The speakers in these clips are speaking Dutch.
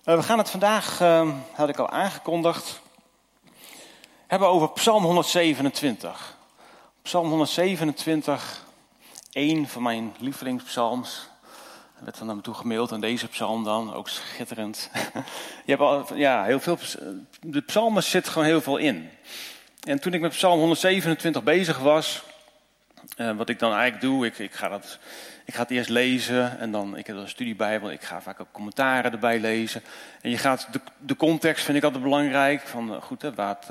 We gaan het vandaag, had ik al aangekondigd, hebben over Psalm 127. Psalm 127, één van mijn lievelingspsalms. Er werd van naar me toe gemaild aan deze psalm dan, ook schitterend. Je hebt al, heel veel, de psalmen zit gewoon heel veel in. En toen ik met Psalm 127 bezig was, wat ik dan eigenlijk doe, ik ga het eerst lezen en dan, ik heb een studiebijbel, ik ga vaak ook commentaren erbij lezen. En je gaat, de context vind ik altijd belangrijk, van goed,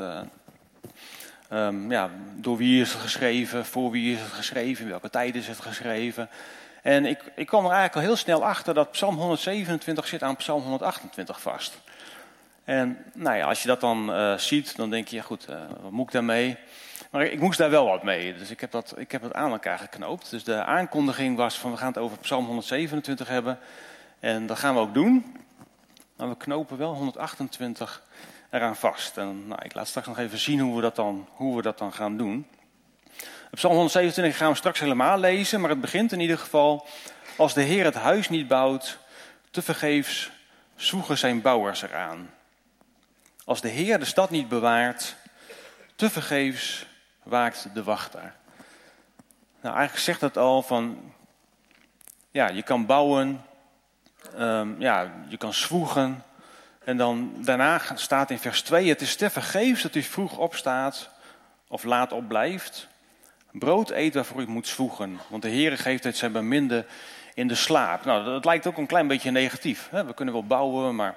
door wie is het geschreven, voor wie is het geschreven, in welke tijd is het geschreven. En ik kwam er eigenlijk al heel snel achter dat Psalm 127 zit aan Psalm 128 vast. En als je dat dan ziet, dan denk je, goed, wat moet ik daarmee? Maar ik moest daar wel wat mee, dus ik heb het aan elkaar geknoopt. Dus de aankondiging was van we gaan het over Psalm 127 hebben. En dat gaan we ook doen. Maar we knopen wel 128 eraan vast. En ik laat straks nog even zien hoe we dat dan gaan doen. Psalm 127 gaan we straks helemaal lezen, maar het begint in ieder geval. Als de Heer het huis niet bouwt, tevergeefs zwoegen zijn bouwers eraan. Als de Heer de stad niet bewaart, tevergeefs waakt de wachter. Nou, eigenlijk zegt het al van, je kan bouwen, je kan zwoegen. En dan daarna staat in vers 2, het is tevergeefs dat u vroeg opstaat of laat opblijft. Brood eet waarvoor u moet zwoegen, want de Heere geeft het zijn beminde in de slaap. Nou, dat lijkt ook een klein beetje negatief. Hè? We kunnen wel bouwen, maar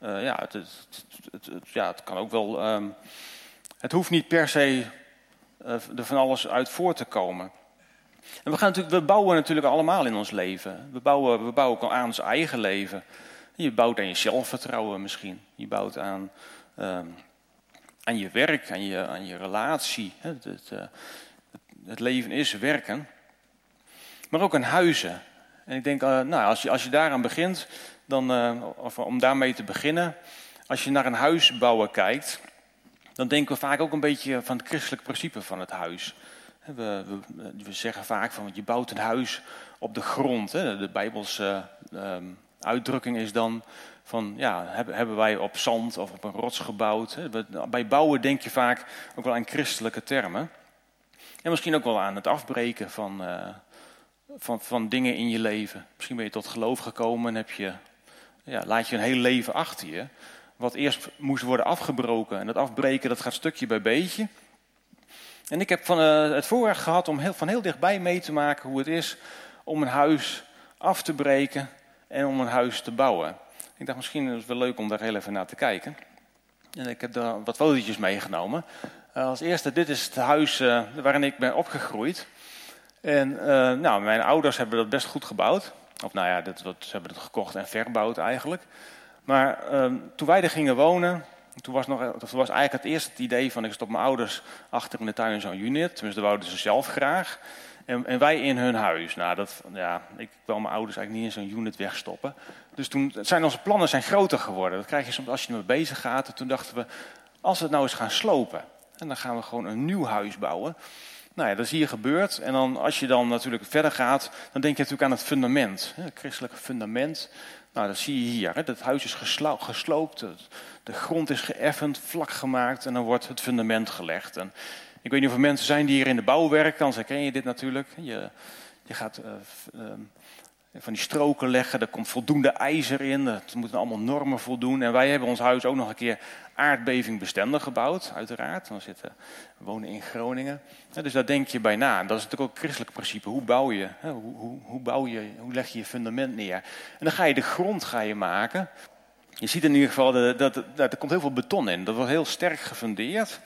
het kan ook wel. Het hoeft niet per se er van alles uit voor te komen. En we bouwen natuurlijk allemaal in ons leven. We bouwen ook al aan ons eigen leven. Je bouwt aan je zelfvertrouwen misschien. Je bouwt aan je werk, aan je relatie. Het leven is werken. Maar ook aan huizen. En ik denk, als je daaraan begint, om daarmee te beginnen. Als je naar een huis bouwen kijkt, dan denken we vaak ook een beetje van het christelijk principe van het huis. We zeggen vaak van, je bouwt een huis op de grond. De Bijbelse uitdrukking is dan van, hebben wij op zand of op een rots gebouwd. Bij bouwen denk je vaak ook wel aan christelijke termen. En misschien ook wel aan het afbreken van dingen in je leven. Misschien ben je tot geloof gekomen en laat je een heel leven achter je. Wat eerst moest worden afgebroken. En dat afbreken, dat gaat stukje bij beetje. En ik heb het voorrecht gehad om van heel dichtbij mee te maken hoe het is om een huis af te breken en om een huis te bouwen. Ik dacht, misschien is het wel leuk om daar heel even naar te kijken. En ik heb daar wat fotootjes meegenomen. Als eerste, dit is het huis waarin ik ben opgegroeid. En mijn ouders hebben dat best goed gebouwd. Of ze hebben het gekocht en verbouwd eigenlijk. Maar toen wij er gingen wonen, toen was eigenlijk het eerste het idee van ik stop mijn ouders achter in de tuin in zo'n unit. Tenminste, dat wouden ze zelf graag. En wij in hun huis. Ik wil mijn ouders eigenlijk niet in zo'n unit wegstoppen. Dus toen zijn onze plannen groter geworden. Dat krijg je soms als je ermee bezig gaat. En toen dachten we, als we het nou eens gaan slopen. En dan gaan we gewoon een nieuw huis bouwen. Dat is hier gebeurd. En dan, als je dan natuurlijk verder gaat, dan denk je natuurlijk aan het fundament. Het christelijke fundament. Dat zie je hier. Het huis is gesloopt. De grond is geëffend, vlak gemaakt. En dan wordt het fundament gelegd. En ik weet niet of er mensen zijn die hier in de bouw werken. Anders herken je dit natuurlijk. Je gaat van die stroken leggen. Er komt voldoende ijzer in. Er moeten allemaal normen voldoen. En wij hebben ons huis ook nog een keer aardbevingbestendig gebouwd. Uiteraard. We wonen in Groningen. Dus daar denk je bij na. En dat is natuurlijk ook het christelijk principe. Hoe bouw je? Hoe leg je je fundament neer? En dan ga je de grond maken. Je ziet in ieder geval dat er komt heel veel beton in. Dat wordt heel sterk gefundeerd.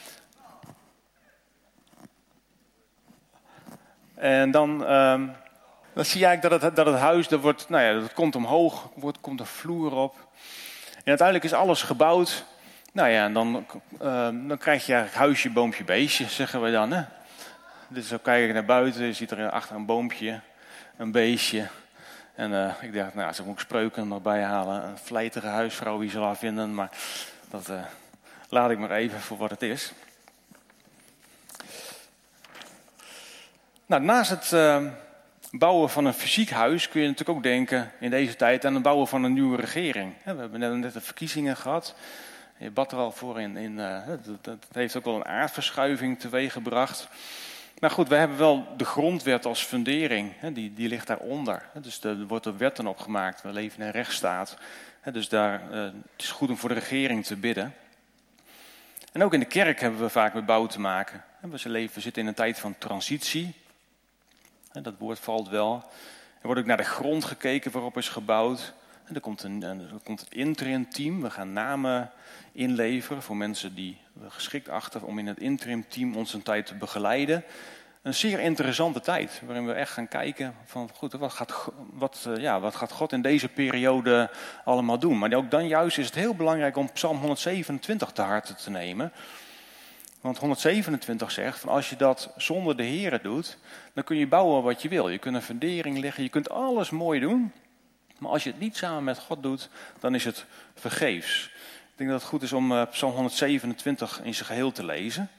En dan zie je eigenlijk dat het huis, dat komt omhoog, komt een vloer op. En uiteindelijk is alles gebouwd. En dan krijg je eigenlijk huisje, boompje, beestje, zeggen we dan. Hè? Dus zo kijk ik naar buiten, je ziet er achter een boompje, een beestje. En ik dacht, zo moet ik spreuken nog bijhalen. Een vlijtige huisvrouw, wie zal haar vinden. Maar dat laat ik maar even voor wat het is. Naast bouwen van een fysiek huis kun je natuurlijk ook denken in deze tijd aan het bouwen van een nieuwe regering. We hebben net de verkiezingen gehad. Je bad er al voor dat heeft ook wel een aardverschuiving teweeggebracht. Maar goed, we hebben wel de grondwet als fundering, die ligt daaronder. Dus er wordt een wetten op gemaakt, we leven in een rechtsstaat. Dus het is goed om voor de regering te bidden. En ook in de kerk hebben we vaak met bouw te maken. We zitten in een tijd van transitie. Dat woord valt wel. Er wordt ook naar de grond gekeken waarop is gebouwd. Er komt een interim team. We gaan namen inleveren voor mensen die we geschikt achten om in het interim team ons een tijd te begeleiden. Een zeer interessante tijd, waarin we echt gaan kijken van goed, wat gaat God in deze periode allemaal doen. Maar ook dan juist is het heel belangrijk om Psalm 127 te harte te nemen. Want 127 zegt, van als je dat zonder de Here doet, dan kun je bouwen wat je wil. Je kunt een fundering leggen, je kunt alles mooi doen. Maar als je het niet samen met God doet, dan is het vergeefs. Ik denk dat het goed is om Psalm 127 in zijn geheel te lezen.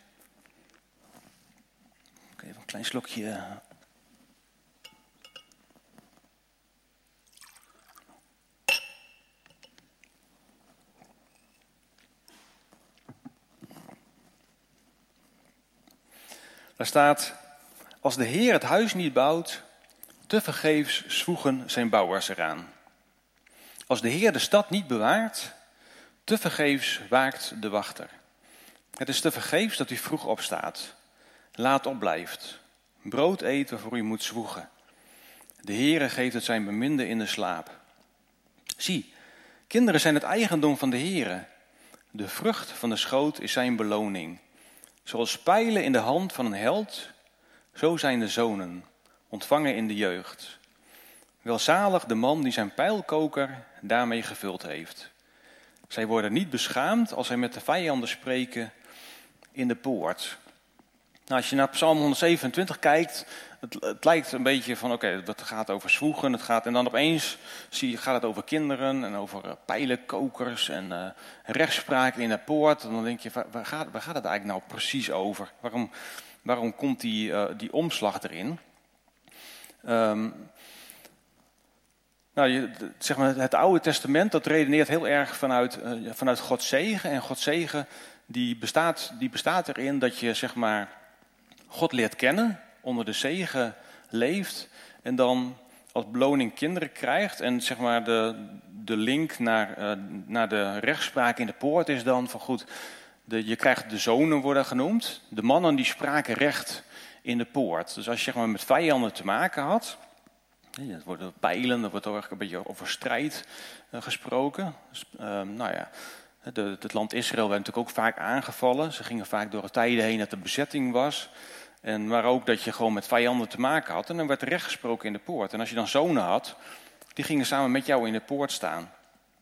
Even een klein slokje. Daar staat, als de Heer het huis niet bouwt, tevergeefs zwoegen zijn bouwers eraan. Als de Heer de stad niet bewaart, tevergeefs waakt de wachter. Het is tevergeefs dat u vroeg opstaat, laat opblijft, brood eet waarvoor u moet zwoegen. De Heere geeft het zijn beminde in de slaap. Zie, kinderen zijn het eigendom van de Heere. De vrucht van de schoot is zijn beloning. Zoals pijlen in de hand van een held, zo zijn de zonen, ontvangen in de jeugd. Welzalig de man die zijn pijlkoker daarmee gevuld heeft. Zij worden niet beschaamd als zij met de vijanden spreken in de poort. Nou, als je naar Psalm 127 kijkt, het lijkt een beetje van het gaat over zwoegen. En dan opeens gaat het over kinderen en over pijlenkokers en rechtspraak in de poort. En dan denk je, waar gaat het eigenlijk nou precies over? Waarom komt die omslag erin? Het Oude Testament dat redeneert heel erg vanuit Gods zegen. En Gods zegen die bestaat erin dat je God leert kennen, onder de zegen leeft en dan als beloning kinderen krijgt. En de link naar de rechtspraak in de poort is dan van goed, je krijgt de zonen worden genoemd. De mannen die spraken recht in de poort. Dus als je met vijanden te maken had, het worden pijlen, er wordt ook een beetje over strijd gesproken. Het land Israël werd natuurlijk ook vaak aangevallen. Ze gingen vaak door de tijden heen dat er bezetting was. Maar ook dat je gewoon met vijanden te maken had. En dan werd er recht gesproken in de poort. En als je dan zonen had, die gingen samen met jou in de poort staan.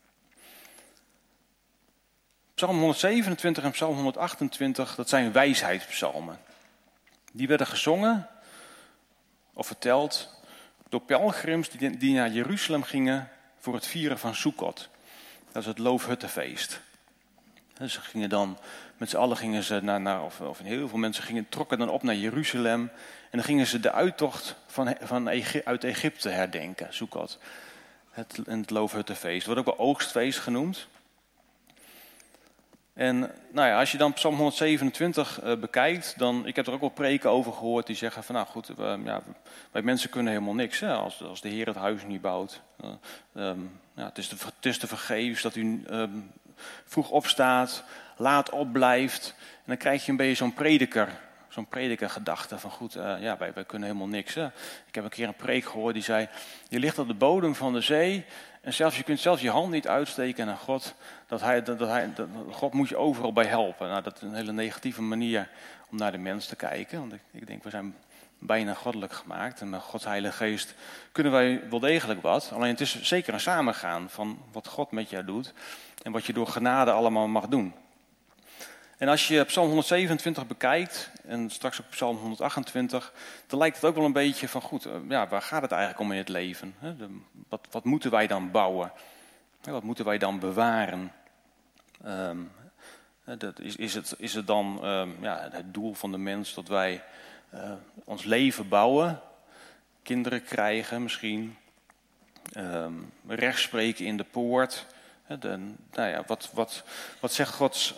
Psalm 127 en Psalm 128, dat zijn wijsheidspsalmen. Die werden gezongen of verteld door pelgrims die naar Jeruzalem gingen voor het vieren van Sukkot. Dat is het Loofhuttenfeest. Dus ze gingen dan, met z'n allen of heel veel mensen trokken dan op naar Jeruzalem. En dan gingen ze de uittocht uit Egypte herdenken, Sukkot. Het Loofhuttenfeest, wordt ook wel oogstfeest genoemd. En als je dan Psalm 127 bekijkt, ik heb er ook wel preken over gehoord die zeggen van wij mensen kunnen helemaal niks als de Heer het huis niet bouwt. Het is te vergeefs dat u vroeg opstaat, laat opblijft. En dan krijg je een beetje zo'n predikergedachte van goed, wij kunnen helemaal niks. Ik heb een keer een preek gehoord die zei, je ligt op de bodem van de zee en je kunt zelfs je hand niet uitsteken naar God. God moet je overal bij helpen. Dat is een hele negatieve manier om naar de mens te kijken. Want ik denk, we zijn bijna goddelijk gemaakt. En met Gods Heilige Geest kunnen wij wel degelijk wat. Alleen het is zeker een samengaan van wat God met jou doet. En wat je door genade allemaal mag doen. En als je Psalm 127 bekijkt en straks ook Psalm 128, dan lijkt het ook wel een beetje van goed, waar gaat het eigenlijk om in het leven? Wat moeten wij dan bouwen? Wat moeten wij dan bewaren? Is het dan het doel van de mens dat wij ons leven bouwen? kinderen krijgen misschien. Rechtspreken in de poort. Wat zegt Gods...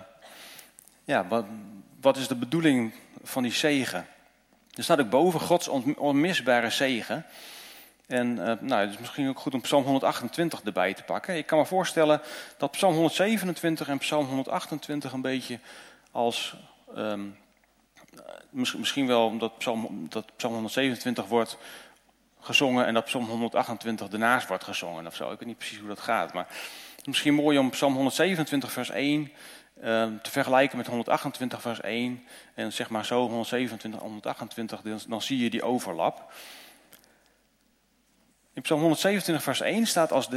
wat is de bedoeling van die zegen? Er staat ook boven Gods onmisbare zegen. En het is misschien ook goed om Psalm 128 erbij te pakken. Ik kan me voorstellen dat Psalm 127 en Psalm 128 een beetje als... misschien wel omdat Psalm 127 wordt gezongen en dat Psalm 128 daarnaast wordt gezongen of zo. Ik weet niet precies hoe dat gaat. Maar het is misschien mooi om Psalm 127 vers 1 te vergelijken met 128 vers 1. En zeg maar zo 127 en 128, dan zie je die overlap. In Psalm 127 vers 1 staat als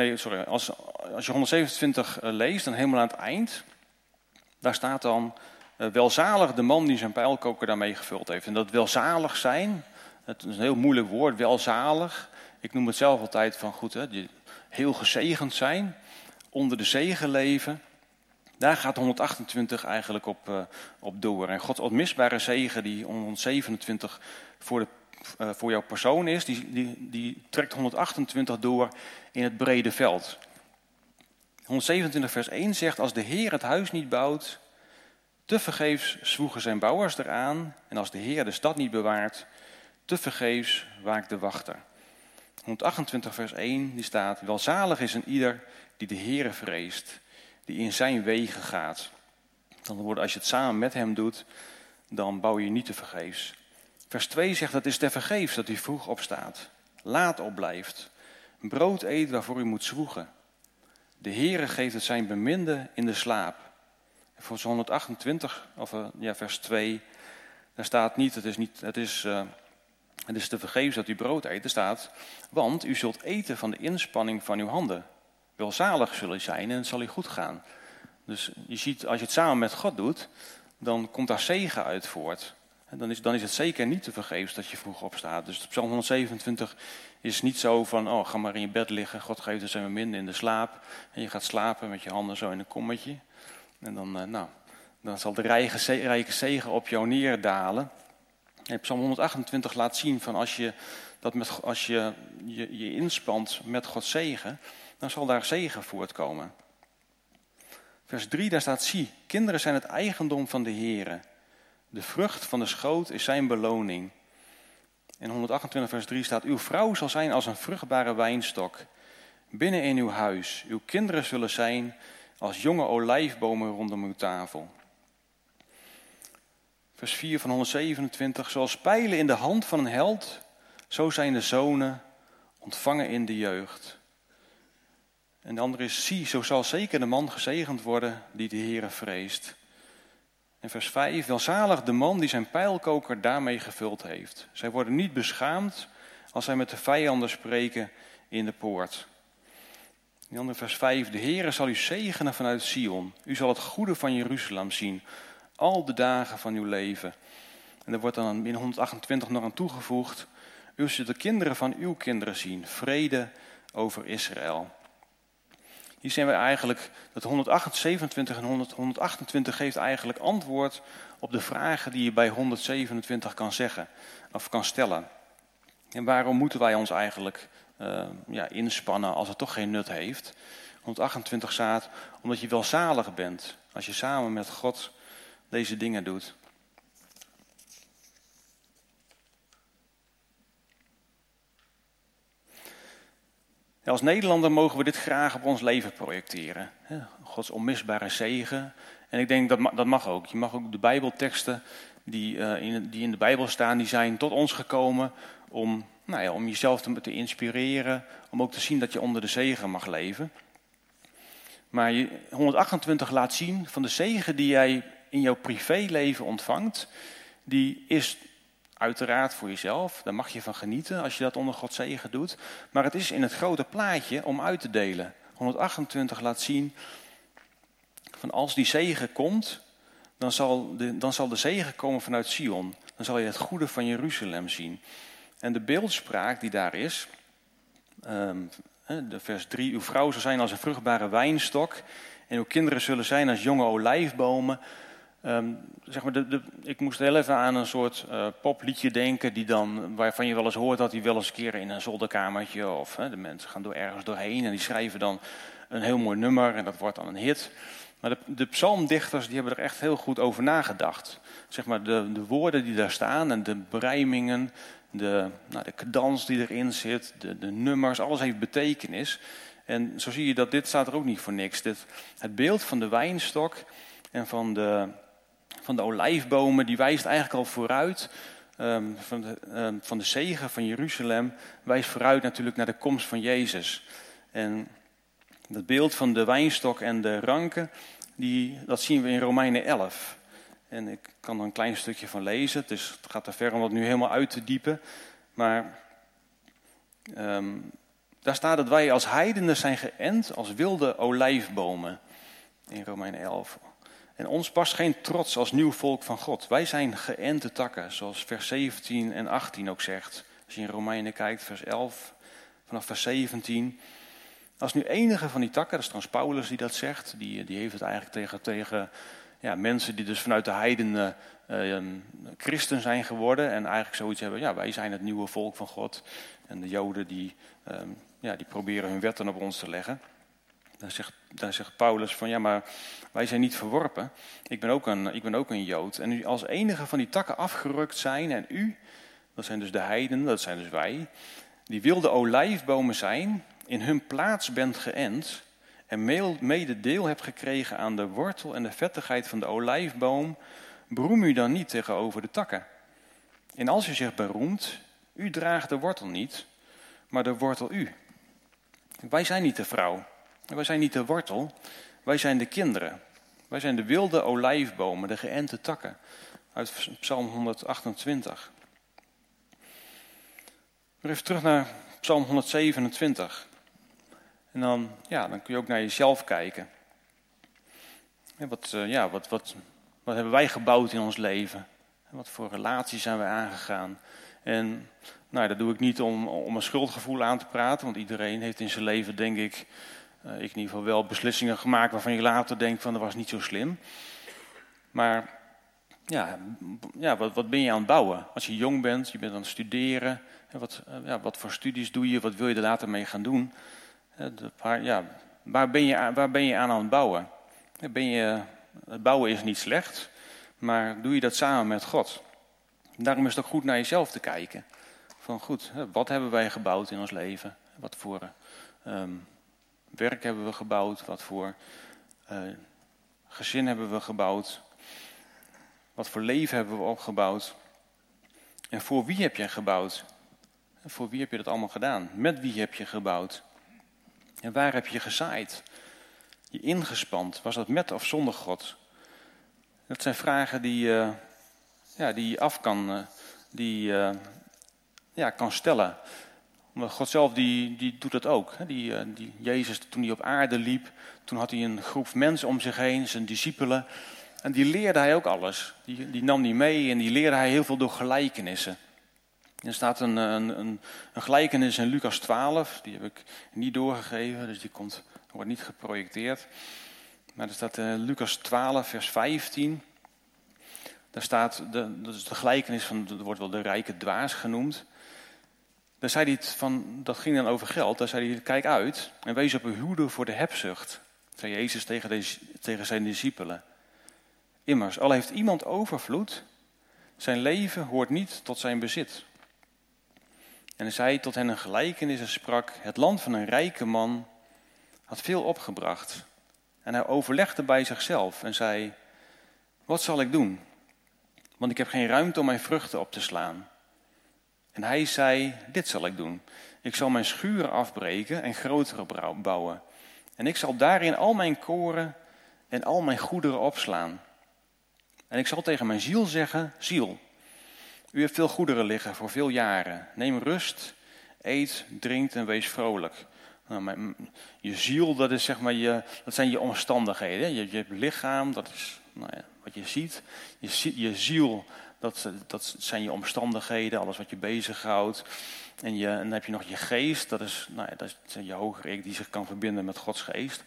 je 127 leest, dan helemaal aan het eind. Daar staat dan, welzalig de man die zijn pijlkoker daarmee gevuld heeft. En dat welzalig zijn, het is een heel moeilijk woord, welzalig. Ik noem het zelf altijd van heel gezegend zijn, onder de zegen leven. Daar gaat 128 eigenlijk op door. En Gods onmisbare zegen die 127 voor jouw persoon is, die trekt 128 door in het brede veld. 127 vers 1 zegt, als de Heer het huis niet bouwt, tevergeefs zwoegen zijn bouwers eraan. En als de Heer de stad niet bewaart, tevergeefs waakt de wachter. 128 vers 1 die staat, welzalig is een ieder die de Heere vreest, die in zijn wegen gaat. Als je het samen met hem doet, dan bouw je niet tevergeefs. Vers 2 zegt, het is tevergeefs dat u vroeg opstaat, laat opblijft, brood eet waarvoor u moet zwoegen. De Heere geeft het zijn beminde in de slaap. En voor 128, vers 2, daar staat niet, het is tevergeefs dat u brood eet. Er staat, want u zult eten van de inspanning van uw handen. Welzalig zullen zijn en het zal u goed gaan. Dus je ziet, als je het samen met God doet, dan komt daar zegen uit voort. En dan is het zeker niet tevergeefs dat je vroeg opstaat. Dus Psalm 127 is niet zo van, ga maar in je bed liggen, God geeft het zijn beminde in de slaap. En je gaat slapen met je handen zo in een kommetje. En dan zal de rijke zegen op jou neerdalen. En Psalm 128 laat zien van als je je inspant met Gods zegen, dan zal daar zegen voortkomen. Vers 3, daar staat, zie, kinderen zijn het eigendom van de Heere. De vrucht van de schoot is zijn beloning. In 128 vers 3 staat, uw vrouw zal zijn als een vruchtbare wijnstok. Binnen in uw huis, uw kinderen zullen zijn als jonge olijfbomen rondom uw tafel. Vers 4 van 127, zoals pijlen in de hand van een held, zo zijn de zonen ontvangen in de jeugd. En de andere is, zie, zo zal zeker de man gezegend worden die de Heere vreest. En vers 5, welzalig de man die zijn pijlkoker daarmee gevuld heeft. Zij worden niet beschaamd als zij met de vijanden spreken in de poort. In andere vers 5, de Heere zal u zegenen vanuit Sion. U zal het goede van Jeruzalem zien, al de dagen van uw leven. En er wordt dan in 128 nog aan toegevoegd, u zult de kinderen van uw kinderen zien, vrede over Israël. Hier zijn we eigenlijk, dat 127 en 128 geeft eigenlijk antwoord op de vragen die je bij 127 kan zeggen of kan stellen. En waarom moeten wij ons eigenlijk inspannen als het toch geen nut heeft? 128 staat, omdat je welzalig bent als je samen met God deze dingen doet. Als Nederlander mogen we dit graag op ons leven projecteren. Gods onmisbare zegen. En ik denk dat mag ook. Je mag ook de Bijbelteksten die in de Bijbel staan, die zijn tot ons gekomen om jezelf te inspireren. Om ook te zien dat je onder de zegen mag leven. Maar 128 laat zien van de zegen die jij in jouw privéleven ontvangt. Die is uiteraard voor jezelf, daar mag je van genieten als je dat onder Gods zegen doet. Maar het is in het grote plaatje om uit te delen. 128 laat zien, van als die zegen komt, dan zal de zegen komen vanuit Sion. Dan zal je het goede van Jeruzalem zien. En de beeldspraak die daar is, de vers 3, uw vrouw zal zijn als een vruchtbare wijnstok en uw kinderen zullen zijn als jonge olijfbomen. Zeg maar ik moest heel even aan een soort popliedje denken, waarvan je wel eens hoort dat die wel eens een keer in een zolderkamertje, of de mensen gaan ergens doorheen en die schrijven dan een heel mooi nummer en dat wordt dan een hit. Maar de psalmdichters die hebben er echt heel goed over nagedacht. Zeg maar de woorden die daar staan en de berijmingen, de cadans die erin zit, de nummers, alles heeft betekenis. En zo zie je dat dit staat er ook niet voor niks. Het beeld van de wijnstok en van de olijfbomen, die wijst eigenlijk al vooruit. Van de zegen van Jeruzalem wijst vooruit natuurlijk naar de komst van Jezus. En dat beeld van de wijnstok en de ranken, dat zien we in Romeinen 11. En ik kan er een klein stukje van lezen, dus het gaat te ver om dat nu helemaal uit te diepen. Maar daar staat dat wij als heidenen zijn geënt als wilde olijfbomen. In Romeinen 11. En ons past geen trots als nieuw volk van God. Wij zijn geënte takken, zoals vers 17 en 18 ook zegt. Als je in Romeinen kijkt, vers 11, vanaf vers 17. Als nu enige van die takken, dat is trouwens Paulus die dat zegt, die heeft het eigenlijk tegen mensen die dus vanuit de heidenen christen zijn geworden. En eigenlijk zoiets hebben, wij zijn het nieuwe volk van God. En de Joden die proberen hun wetten op ons te leggen. Daar zegt Paulus van, maar wij zijn niet verworpen. Ik ben ook een Jood. En nu als enige van die takken afgerukt zijn en u, dat zijn dus de heidenen, dat zijn dus wij, die wilde olijfbomen zijn, in hun plaats bent geënt en mede deel hebt gekregen aan de wortel en de vettigheid van de olijfboom, beroem u dan niet tegenover de takken. En als u zich beroemt, u draagt de wortel niet, maar de wortel u. Wij zijn niet de vrouw. Wij zijn niet de wortel, wij zijn de kinderen. Wij zijn de wilde olijfbomen, de geënte takken. Uit Psalm 128. Maar even terug naar Psalm 127. En dan kun je ook naar jezelf kijken. Wat hebben wij gebouwd in ons leven? Wat voor relaties zijn we aangegaan? En dat doe ik niet om een schuldgevoel aan te praten, want iedereen heeft in zijn leven, denk ik in ieder geval wel beslissingen gemaakt waarvan je later denkt van dat was niet zo slim. Maar wat ben je aan het bouwen? Als je jong bent, je bent aan het studeren. Wat voor studies doe je? Wat wil je er later mee gaan doen? Waar ben je aan het bouwen? Het bouwen is niet slecht, maar doe je dat samen met God? Daarom is het ook goed naar jezelf te kijken. Van goed, wat hebben wij gebouwd in ons leven? Wat voor werk hebben we gebouwd? Wat voor gezin hebben we gebouwd? Wat voor leven hebben we opgebouwd? En voor wie heb je gebouwd? En voor wie heb je dat allemaal gedaan? Met wie heb je gebouwd? En waar heb je gezaaid? Je ingespand? Was dat met of zonder God? Dat zijn vragen die je af kan stellen. Maar God zelf die doet dat ook. Die Jezus, toen hij op aarde liep, toen had hij een groep mensen om zich heen, zijn discipelen. En die leerde hij ook alles. Die nam hij mee en die leerde hij heel veel door gelijkenissen. Er staat een gelijkenis in Lucas 12, die heb ik niet doorgegeven, dus wordt niet geprojecteerd. Maar er staat Lucas 12, vers 15. Daar staat, dat is de gelijkenis van, dat wordt wel de rijke dwaas genoemd. Daar zei hij dat ging dan over geld. Daar zei hij, kijk uit en wees op uw hoede voor de hebzucht, zei Jezus tegen zijn discipelen. Immers, al heeft iemand overvloed, zijn leven hoort niet tot zijn bezit. En hij zei tot hen een gelijkenis en sprak, het land van een rijke man had veel opgebracht. En hij overlegde bij zichzelf en zei, wat zal ik doen? Want ik heb geen ruimte om mijn vruchten op te slaan. En hij zei, dit zal ik doen. Ik zal mijn schuren afbreken en grotere bouwen. En ik zal daarin al mijn koren en al mijn goederen opslaan. En ik zal tegen mijn ziel zeggen, ziel, u hebt veel goederen liggen voor veel jaren. Neem rust, eet, drinkt en wees vrolijk. Nou, je ziel, dat is zeg maar dat zijn je omstandigheden. Je lichaam, dat is wat je ziet. Je ziel, dat zijn je omstandigheden, alles wat je bezighoudt. En dan heb je nog je geest, dat is je hogere ik die zich kan verbinden met Gods geest.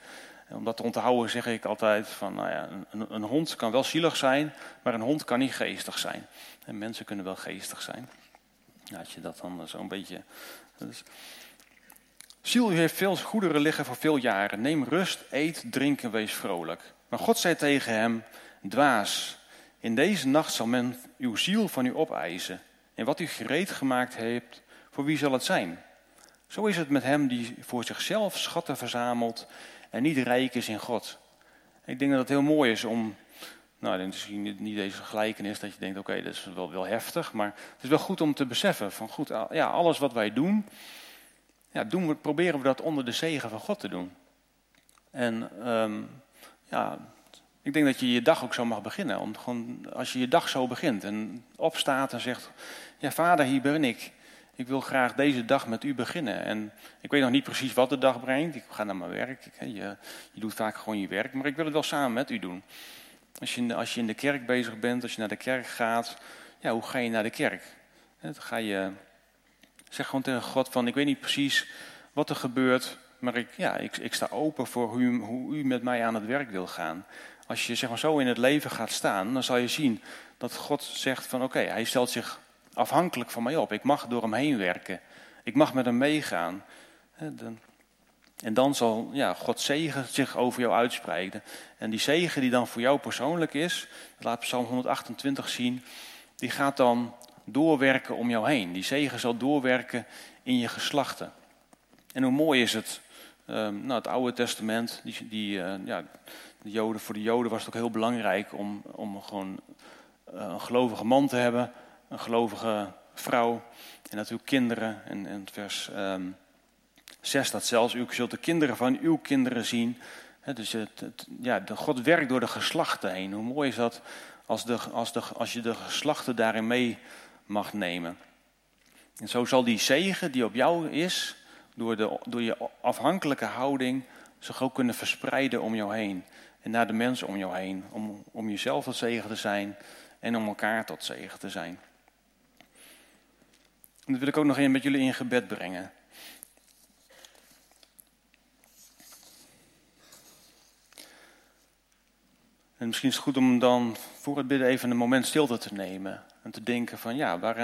En om dat te onthouden zeg ik altijd van, nou ja, een hond kan wel zielig zijn, maar een hond kan niet geestig zijn. En mensen kunnen wel geestig zijn. Nou, als je dat dan zo'n beetje... Dus, ziel, u heeft veel goederen liggen voor veel jaren. Neem rust, eet, drink en wees vrolijk. Maar God zei tegen hem, dwaas, in deze nacht zal men uw ziel van u opeisen. En wat u gereed gemaakt heeft, voor wie zal het zijn? Zo is het met hem die voor zichzelf schatten verzamelt en niet rijk is in God. Ik denk dat het heel mooi is om, nou misschien niet deze gelijkenis dat je denkt, oké, dat is wel heftig, maar het is wel goed om te beseffen van goed, ja, alles wat wij doen, ja, proberen we dat onder de zegen van God te doen. En ja, ik denk dat je je dag ook zo mag beginnen. Om gewoon, als je je dag zo begint en opstaat en zegt, ja Vader, hier ben ik. Ik wil graag deze dag met u beginnen. En ik weet nog niet precies wat de dag brengt. Ik ga naar mijn werk. Je doet vaak gewoon je werk. Maar ik wil het wel samen met u doen. Als je in de kerk bezig bent, als je naar de kerk gaat. Ja, hoe ga je naar de kerk? Dan ga je... Zeg gewoon tegen God van, ik weet niet precies wat er gebeurt. Maar ik sta open voor hoe u met mij aan het werk wil gaan. Als je zeg maar zo in het leven gaat staan, dan zal je zien dat God zegt van oké, hij stelt zich afhankelijk van mij op. Ik mag door hem heen werken. Ik mag met hem meegaan. En dan zal Gods zegen zich over jou uitspreiden. En die zegen die dan voor jou persoonlijk is, laat Psalm 128 zien, die gaat dan doorwerken om jou heen. Die zegen zal doorwerken in je geslachten. En hoe mooi is het, het Oude Testament, voor de Joden was het ook heel belangrijk om gewoon een gelovige man te hebben, een gelovige vrouw en natuurlijk kinderen. En vers 6 staat zelfs, u zult de kinderen van uw kinderen zien. Dus God werkt door de geslachten heen. Hoe mooi is dat als je de geslachten daarin mee mag nemen. En zo zal die zegen die op jou is, door je afhankelijke houding, zich ook kunnen verspreiden om jou heen. En naar de mensen om jou heen. Om jezelf tot zegen te zijn en om elkaar tot zegen te zijn. En dat wil ik ook nog met jullie in gebed brengen. En misschien is het goed om dan voor het bidden even een moment stilte te nemen. En te denken van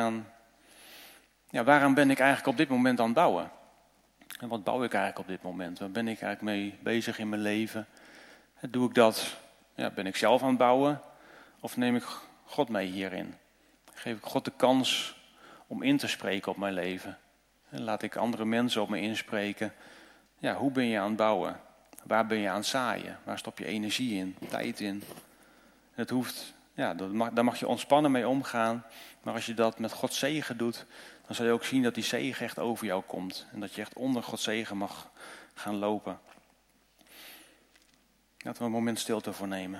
waaraan ben ik eigenlijk op dit moment aan het bouwen? En wat bouw ik eigenlijk op dit moment? Waar ben ik eigenlijk mee bezig in mijn leven? Doe ik dat, ben ik zelf aan het bouwen? Of neem ik God mee hierin? Geef ik God de kans om in te spreken op mijn leven? En laat ik andere mensen op me inspreken? Ja, hoe ben je aan het bouwen? Waar ben je aan het zaaien? Waar stop je energie in, tijd in? Het hoeft, daar mag je ontspannen mee omgaan. Maar als je dat met Gods zegen doet, dan zal je ook zien dat die zegen echt over jou komt. En dat je echt onder Gods zegen mag gaan lopen. Laten we een moment stilte voor nemen.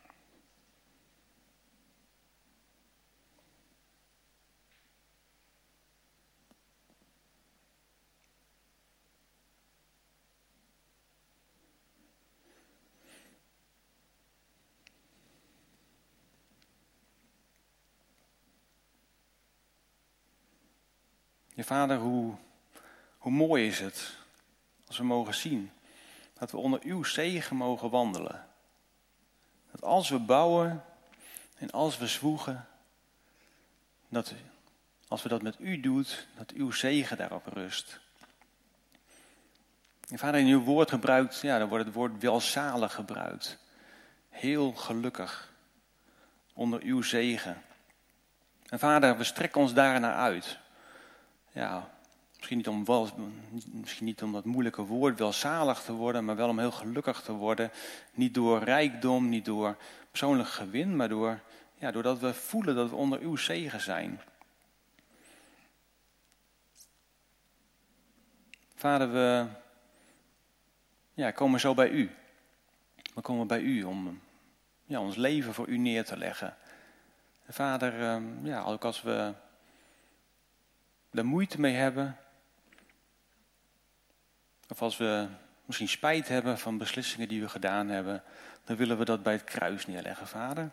Ja, Vader, hoe mooi is het als we mogen zien dat we onder uw zegen mogen wandelen. Dat als we bouwen en als we zwoegen, dat als we dat met u doen, dat uw zegen daarop rust. En Vader, in uw woord gebruikt, dan wordt het woord welzalig gebruikt. Heel gelukkig onder uw zegen. En Vader, we strekken ons daar naar uit. Ja, misschien niet om dat moeilijke woord welzalig te worden, maar wel om heel gelukkig te worden. Niet door rijkdom, niet door persoonlijk gewin, maar doordat we voelen dat we onder uw zegen zijn. Vader, we komen zo bij u. We komen bij u om ons leven voor u neer te leggen. En Vader, ook als we er moeite mee hebben, of als we misschien spijt hebben van beslissingen die we gedaan hebben, dan willen we dat bij het kruis neerleggen, Vader.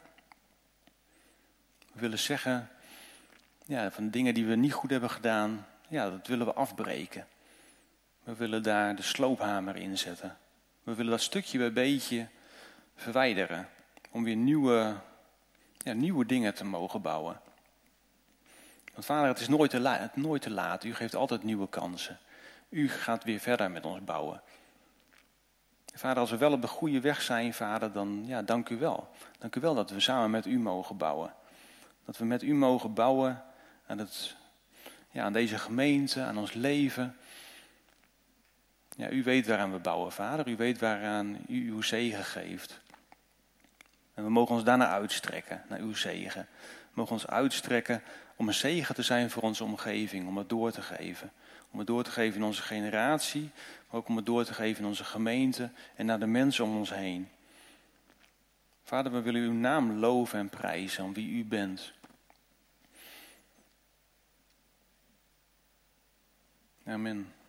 We willen zeggen, van dingen die we niet goed hebben gedaan, dat willen we afbreken. We willen daar de sloophamer in zetten. We willen dat stukje bij beetje verwijderen. Om weer nieuwe dingen te mogen bouwen. Want Vader, het is nooit te laat. U geeft altijd nieuwe kansen. U gaat weer verder met ons bouwen. Vader, als we wel op de goede weg zijn, Vader, dan dank u wel. Dank u wel dat we samen met u mogen bouwen. Dat we met u mogen bouwen aan deze gemeente, aan ons leven. Ja, u weet waaraan we bouwen, Vader. U weet waaraan u uw zegen geeft. En we mogen ons daarna uitstrekken, naar uw zegen. We mogen ons uitstrekken om een zegen te zijn voor onze omgeving, om het door te geven. Om het door te geven in onze generatie, maar ook om het door te geven in onze gemeente en naar de mensen om ons heen. Vader, we willen uw naam loven en prijzen om wie u bent. Amen.